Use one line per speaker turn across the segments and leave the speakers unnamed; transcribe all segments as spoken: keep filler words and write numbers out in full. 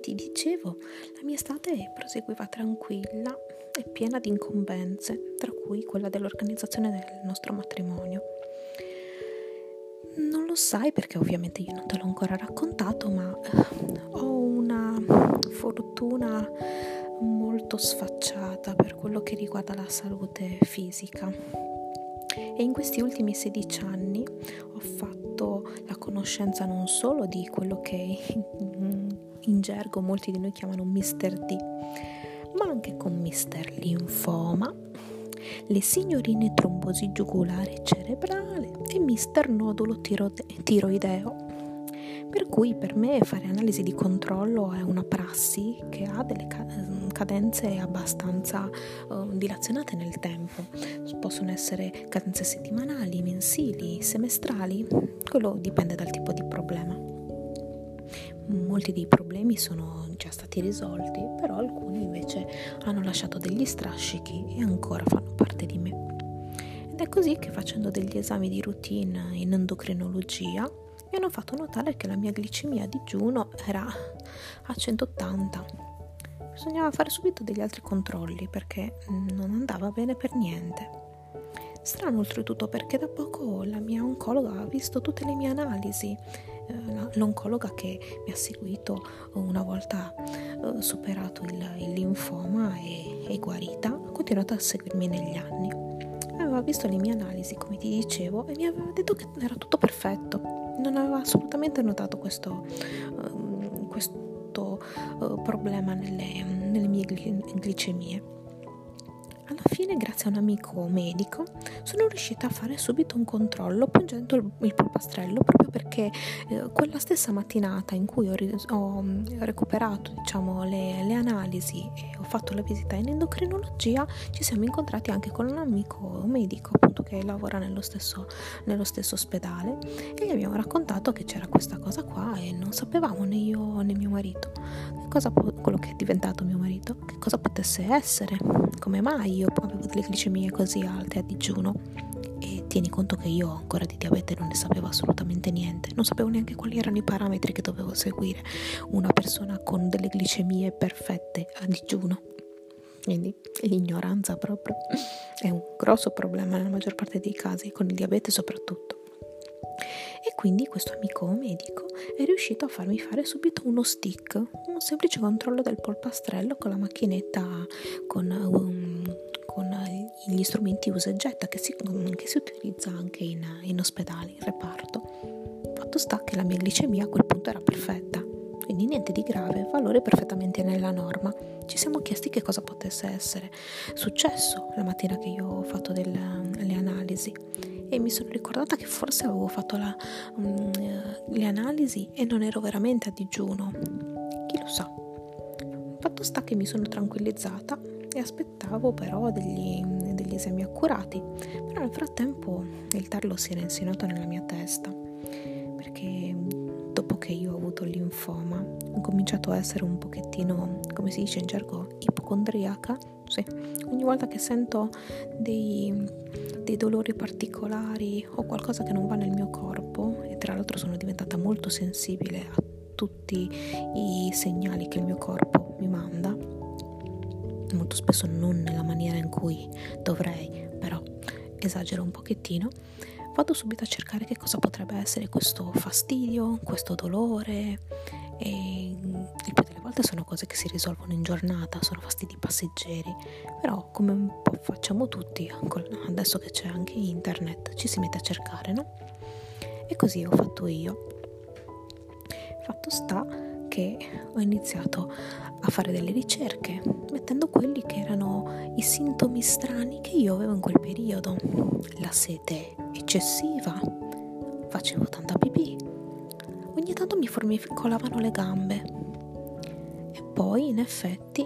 ti dicevo, la mia estate proseguiva tranquilla e piena di incombenze, tra cui quella dell'organizzazione del nostro matrimonio. Non lo sai perché ovviamente io non te l'ho ancora raccontato, ma eh, ho una fortuna molto sfacciata per quello che riguarda la salute fisica. E in questi ultimi sedici anni ho fatto la conoscenza non solo di quello che in gergo molti di noi chiamano mister D, ma anche con mister Linfoma, le signorine trombosi giugulare cerebrale e mister Nodulo tirode- tiroideo. Per cui per me fare analisi di controllo è una prassi che ha delle cadenze abbastanza uh, dilazionate nel tempo. Possono essere cadenze settimanali, mensili, semestrali, quello dipende dal tipo di problema. Molti dei problemi sono già stati risolti, però alcuni invece hanno lasciato degli strascichi e ancora fanno parte di me. Ed è così che, facendo degli esami di routine in endocrinologia, mi hanno fatto notare che la mia glicemia a digiuno era a centottanta. Bisognava fare subito degli altri controlli perché non andava bene per niente. Strano oltretutto, perché da poco la mia oncologa ha visto tutte le mie analisi. L'oncologa che mi ha seguito una volta uh, superato il, il linfoma e, e guarita, ha continuato a seguirmi negli anni. Aveva visto le mie analisi, come ti dicevo, e mi aveva detto che era tutto perfetto. Non aveva assolutamente notato questo, uh, questo uh, problema nelle, nelle mie gli- glicemie. Alla fine, grazie a un amico medico, sono riuscita a fare subito un controllo pungendo il, il polpastrello, proprio perché eh, quella stessa mattinata in cui ho, ri- ho recuperato, diciamo, le, le analisi e ho fatto la visita in endocrinologia, ci siamo incontrati anche con un amico medico, appunto, che lavora nello stesso, nello stesso ospedale, e gli abbiamo raccontato che c'era questa cosa qua e non sapevamo, né io né mio marito, che cosa po- quello che è diventato mio marito, che cosa potesse essere, come mai io avevo delle glicemie così alte a digiuno. E tieni conto che io ancora di diabete non ne sapevo assolutamente niente, non sapevo neanche quali erano i parametri che dovevo seguire una persona con delle glicemie perfette a digiuno. Quindi l'ignoranza proprio è un grosso problema nella maggior parte dei casi, con il diabete soprattutto. E quindi questo amico medico è riuscito a farmi fare subito uno stick, un semplice controllo del polpastrello con la macchinetta con, um, con gli strumenti usa e getta che si, che si utilizza anche in, in ospedale, in reparto. Fatto sta che la mia glicemia a quel punto era perfetta, quindi niente di grave, valore perfettamente nella norma. Ci siamo chiesti che cosa potesse essere successo la mattina che io ho fatto delle, le analisi, e mi sono ricordata che forse avevo fatto la, um, le analisi e non ero veramente a digiuno. Chi lo sa? Fatto sta che mi sono tranquillizzata e aspettavo però degli, degli esami accurati. Però nel frattempo il tarlo si era insinuato nella mia testa, perché dopo che io ho avuto il linfoma ho cominciato a essere un pochettino, come si dice in gergo, ipocondriaca. Sì, ogni volta che sento dei, dei dolori particolari o qualcosa che non va nel mio corpo, e tra l'altro sono diventata molto sensibile a tutti i segnali che il mio corpo mi manda, molto spesso non nella maniera in cui dovrei, però esagero un pochettino, vado subito a cercare che cosa potrebbe essere questo fastidio, questo dolore, e il più delle volte sono cose che si risolvono in giornata, sono fastidi passeggeri, però come un po' facciamo tutti, adesso che c'è anche internet, ci si mette a cercare, no? E così ho fatto io. Fatto sta che ho iniziato a fare delle ricerche, mettendo quelli che erano i sintomi strani che io avevo in quel periodo: la sete eccessiva, facevo tanta pipì, ogni tanto mi formicolavano le gambe, e poi in effetti,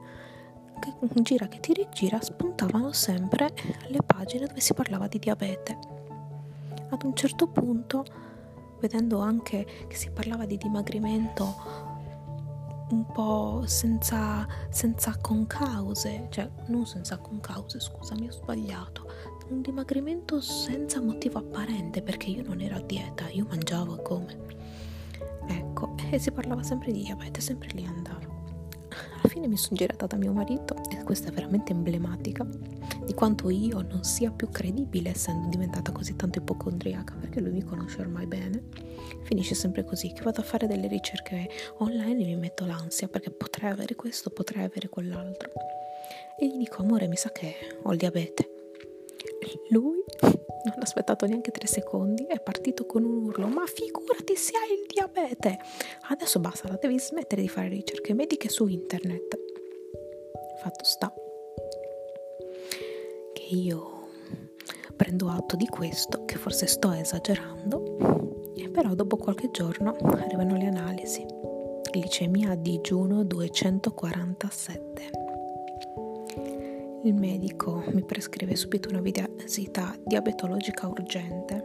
che gira che ti rigira, spuntavano sempre le pagine dove si parlava di diabete. Ad un certo punto, vedendo anche che si parlava di dimagrimento un po' senza, senza concause, cioè non senza concause, scusami, ho sbagliato, un dimagrimento senza motivo apparente, perché io non ero a dieta, io mangiavo come. Ecco, e si parlava sempre di diabete, sempre lì andava. Alla fine mi sono girata da mio marito, e questa è veramente emblematica di quanto io non sia più credibile essendo diventata così tanto ipocondriaca, perché lui mi conosce ormai bene. Finisce sempre così, che vado a fare delle ricerche online e mi metto l'ansia perché potrei avere questo, potrei avere quell'altro, e gli dico: amore, mi sa che ho il diabete. Lui non ha aspettato neanche tre secondi, è partito con un urlo: ma figurati se hai il diabete, adesso basta, la devi smettere di fare ricerche mediche su internet. Fatto sta che io prendo atto di questo, che forse sto esagerando, e però dopo qualche giorno arrivano le analisi: glicemia a digiuno duecentoquarantasette. Il medico mi prescrive subito una visita diabetologica urgente,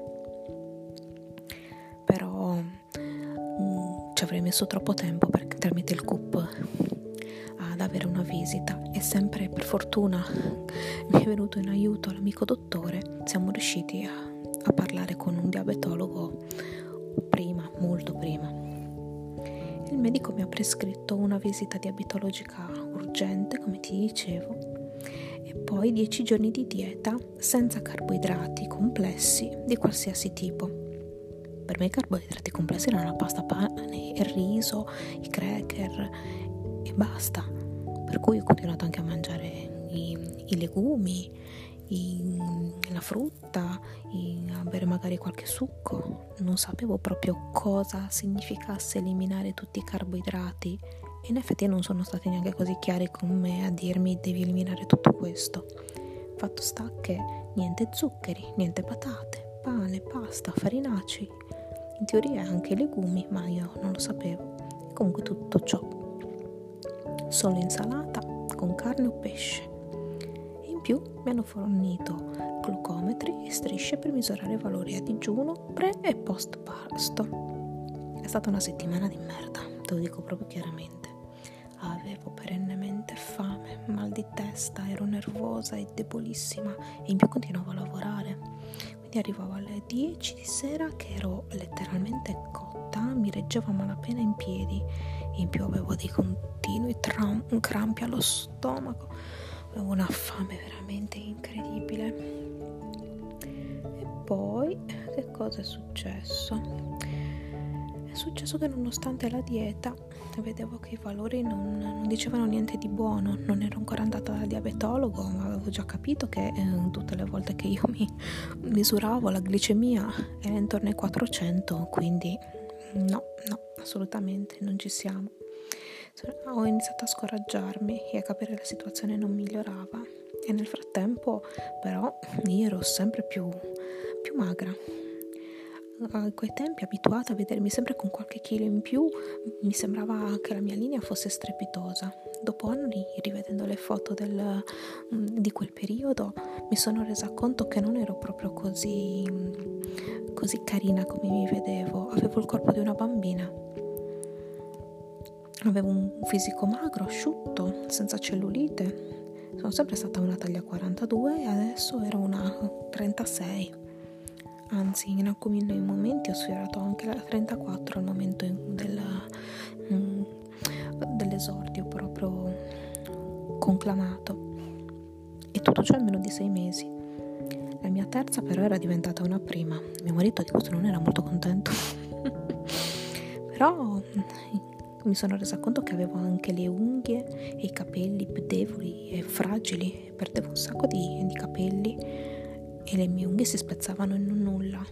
però mh, ci avrei messo troppo tempo perché tramite il C U P ad avere una visita, e sempre per fortuna mi è venuto in aiuto l'amico dottore. Siamo riusciti a, a parlare con un diabetologo prima, molto prima. Il medico mi ha prescritto una visita diabetologica urgente, come ti dicevo, e poi dieci giorni di dieta senza carboidrati complessi di qualsiasi tipo. Per me i carboidrati complessi erano la pasta, pane, il riso, i cracker e basta. Per cui ho continuato anche a mangiare i, i legumi, i, la frutta, i, a bere magari qualche succo. Non sapevo proprio cosa significasse eliminare tutti i carboidrati. In effetti non sono stati neanche così chiari con me a dirmi: devi eliminare tutto questo. Fatto sta che niente zuccheri, niente patate, pane, pasta, farinacei, in teoria anche legumi, ma io non lo sapevo. Comunque tutto ciò, solo insalata con carne o pesce. E in più mi hanno fornito glucometri e strisce per misurare i valori a digiuno, pre e post pasto. È stata una settimana di merda, te lo dico proprio chiaramente. Avevo perennemente fame, mal di testa, ero nervosa e debolissima, e in più continuavo a lavorare. Quindi arrivavo alle dieci di sera che ero letteralmente cotta, mi reggevo a malapena in piedi, e in più avevo dei continui tram- crampi allo stomaco, avevo una fame veramente incredibile. E poi che cosa è successo? È successo che nonostante la dieta vedevo che i valori non, non dicevano niente di buono. Non ero ancora andata dal diabetologo, ma avevo già capito che eh, tutte le volte che io mi misuravo la glicemia era intorno ai quattrocento, quindi no, no, assolutamente non ci siamo. Ho iniziato a scoraggiarmi e a capire che la situazione non migliorava, e nel frattempo però io ero sempre più, più magra. A quei tempi, abituata a vedermi sempre con qualche chilo in più, mi sembrava che la mia linea fosse strepitosa. Dopo anni, rivedendo le foto del, di quel periodo, mi sono resa conto che non ero proprio così, così carina come mi vedevo. Avevo il corpo di una bambina. Avevo un fisico magro, asciutto, senza cellulite. Sono sempre stata una taglia quarantadue e adesso ero una trentasei. Anzi, in alcuni momenti ho sfiorato anche la trentaquattro al momento del, mm, dell'esordio proprio conclamato. E tutto ciò in meno di sei mesi. La mia terza però era diventata una prima. Mio marito di questo non era molto contento. Però mi sono resa conto che avevo anche le unghie e i capelli più deboli e fragili. Perdevo un sacco di, di capelli e le mie unghie si spezzavano in un nulla.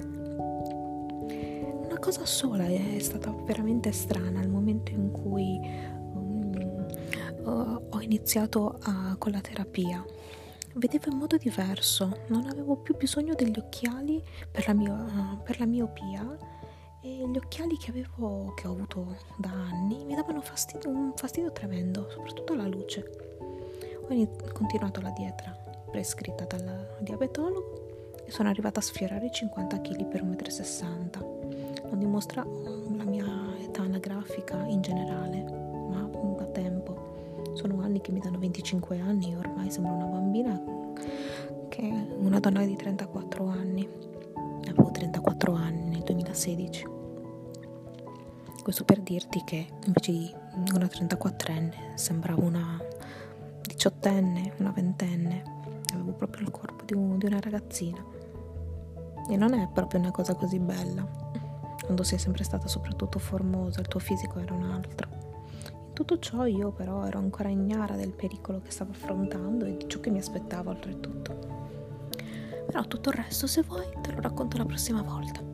Una cosa sola è stata veramente strana: al momento in cui um, uh, ho iniziato a, con la terapia, vedevo in modo diverso, non avevo più bisogno degli occhiali per la, mio, uh, per la miopia, e gli occhiali che avevo, che ho avuto da anni, mi davano fastidio, un fastidio tremendo, soprattutto alla luce. Ho iniz- continuato la dieta prescritta dal diabetologo e sono arrivata a sfiorare i cinquanta chili per uno virgola sessanta. Non dimostra la mia età anagrafica in generale, ma da tempo. Sono anni che mi danno venticinque anni, ormai sembro una bambina, che è una donna di trentaquattro anni. Avevo trentaquattro anni nel duemilasedici. Questo per dirti che invece di una trentaquattrenne sembravo una diciottenne, una ventenne, avevo proprio il corpo di, un, di una ragazzina. E non è proprio una cosa così bella, quando sei sempre stata soprattutto formosa, il tuo fisico era un altro. In tutto ciò io però ero ancora ignara del pericolo che stavo affrontando e di ciò che mi aspettava oltretutto. Però tutto il resto, se vuoi, te lo racconto la prossima volta.